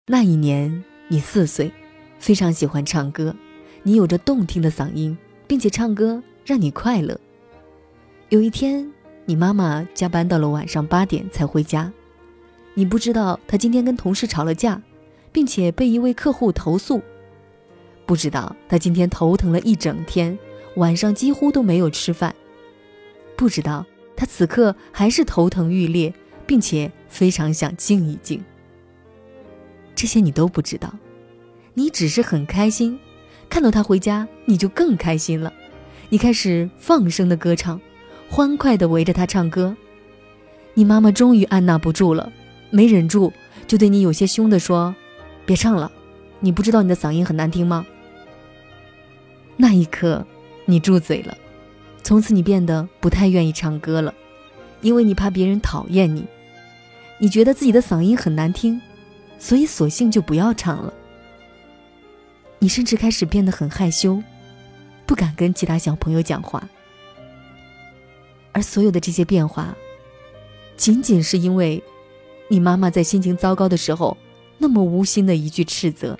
那一年你4岁，非常喜欢唱歌，你有着动听的嗓音，并且唱歌让你快乐。有一天，你妈妈加班到了晚上8点才回家，你不知道她今天跟同事吵了架，并且被一位客户投诉，不知道她今天头疼了一整天，晚上几乎都没有吃饭，不知道她此刻还是头疼欲裂，并且非常想静一静。这些你都不知道，你只是很开心，看到她回家你就更开心了，你开始放声的歌唱，欢快地围着她唱歌。你妈妈终于按捺不住了，没忍住，就对你有些凶地说，别唱了，你不知道你的嗓音很难听吗？那一刻你住嘴了，从此你变得不太愿意唱歌了，因为你怕别人讨厌你，你觉得自己的嗓音很难听，所以索性就不要唱了。你甚至开始变得很害羞，不敢跟其他小朋友讲话。而所有的这些变化，仅仅是因为你妈妈在心情糟糕的时候那么无心的一句斥责。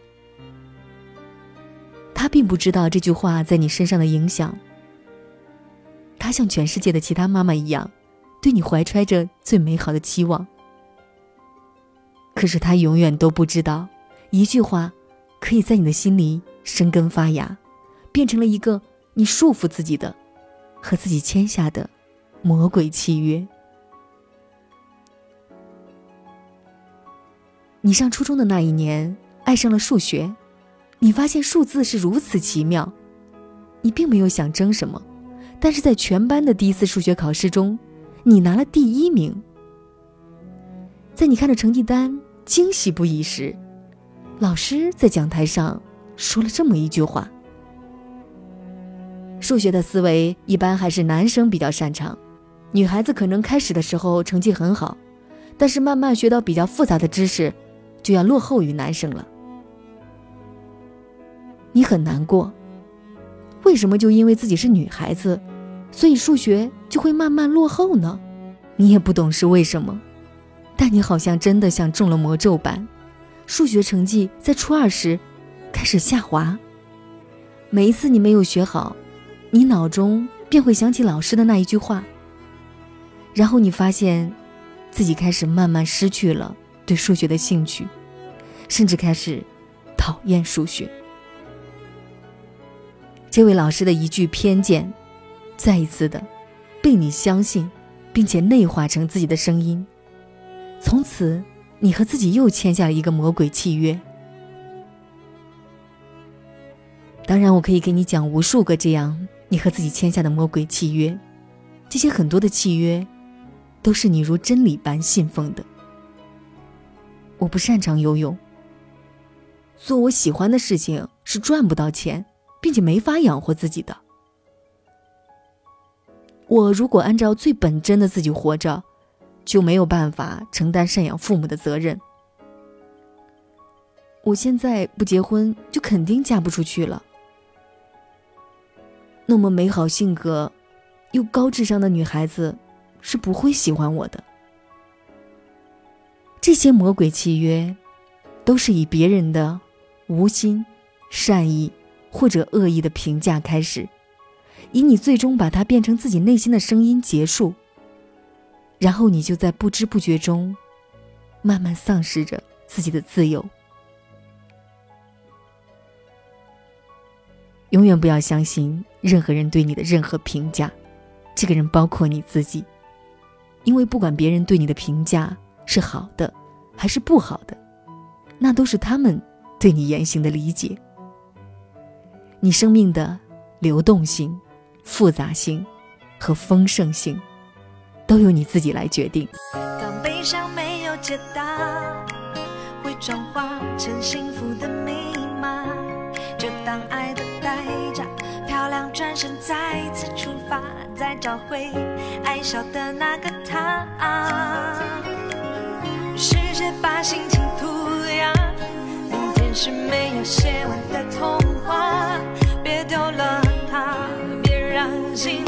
她并不知道这句话在你身上的影响，她像全世界的其他妈妈一样，对你怀揣着最美好的期望。可是她永远都不知道，一句话可以在你的心里生根发芽，变成了一个你束缚自己的和自己签下的魔鬼契约。你上初中的那一年爱上了数学，你发现数字是如此奇妙，你并没有想争什么，但是在全班的第一次数学考试中，你拿了第1名。在你看着成绩单惊喜不已时，老师在讲台上说了这么一句话，数学的思维一般还是男生比较擅长，女孩子可能开始的时候成绩很好，但是慢慢学到比较复杂的知识，就要落后于男生了。你很难过，为什么就因为自己是女孩子，所以数学就会慢慢落后呢？你也不懂是为什么，但你好像真的像中了魔咒般，数学成绩在初2时开始下滑。每一次你没有学好，你脑中便会想起老师的那一句话，然后你发现自己开始慢慢失去了对数学的兴趣，甚至开始讨厌数学。这位老师的一句偏见，再一次的被你相信，并且内化成自己的声音。从此，你和自己又签下了一个魔鬼契约。当然，我可以给你讲无数个这样你和自己签下的魔鬼契约，这些很多的契约都是你如真理般信奉的。我不擅长游泳，做我喜欢的事情是赚不到钱，并且没法养活自己的。我如果按照最本真的自己活着，就没有办法承担赡养父母的责任。我现在不结婚，就肯定嫁不出去了。那么美好性格又高智商的女孩子是不会喜欢我的。这些魔鬼契约都是以别人的无心、善意或者恶意的评价开始，以你最终把它变成自己内心的声音结束，然后你就在不知不觉中慢慢丧失着自己的自由。永远不要相信任何人对你的任何评价，这个人包括你自己，因为不管别人对你的评价是好的还是不好的，那都是他们对你言行的理解。你生命的流动性、复杂性和丰盛性都由你自己来决定。 当悲伤没有解答，会转化成幸福的密码，就当爱的代价，漂亮转身再次出发，再找回爱笑的那个他。世界把心情涂鸦，明天是没有写完的童话，别丢了它，别让心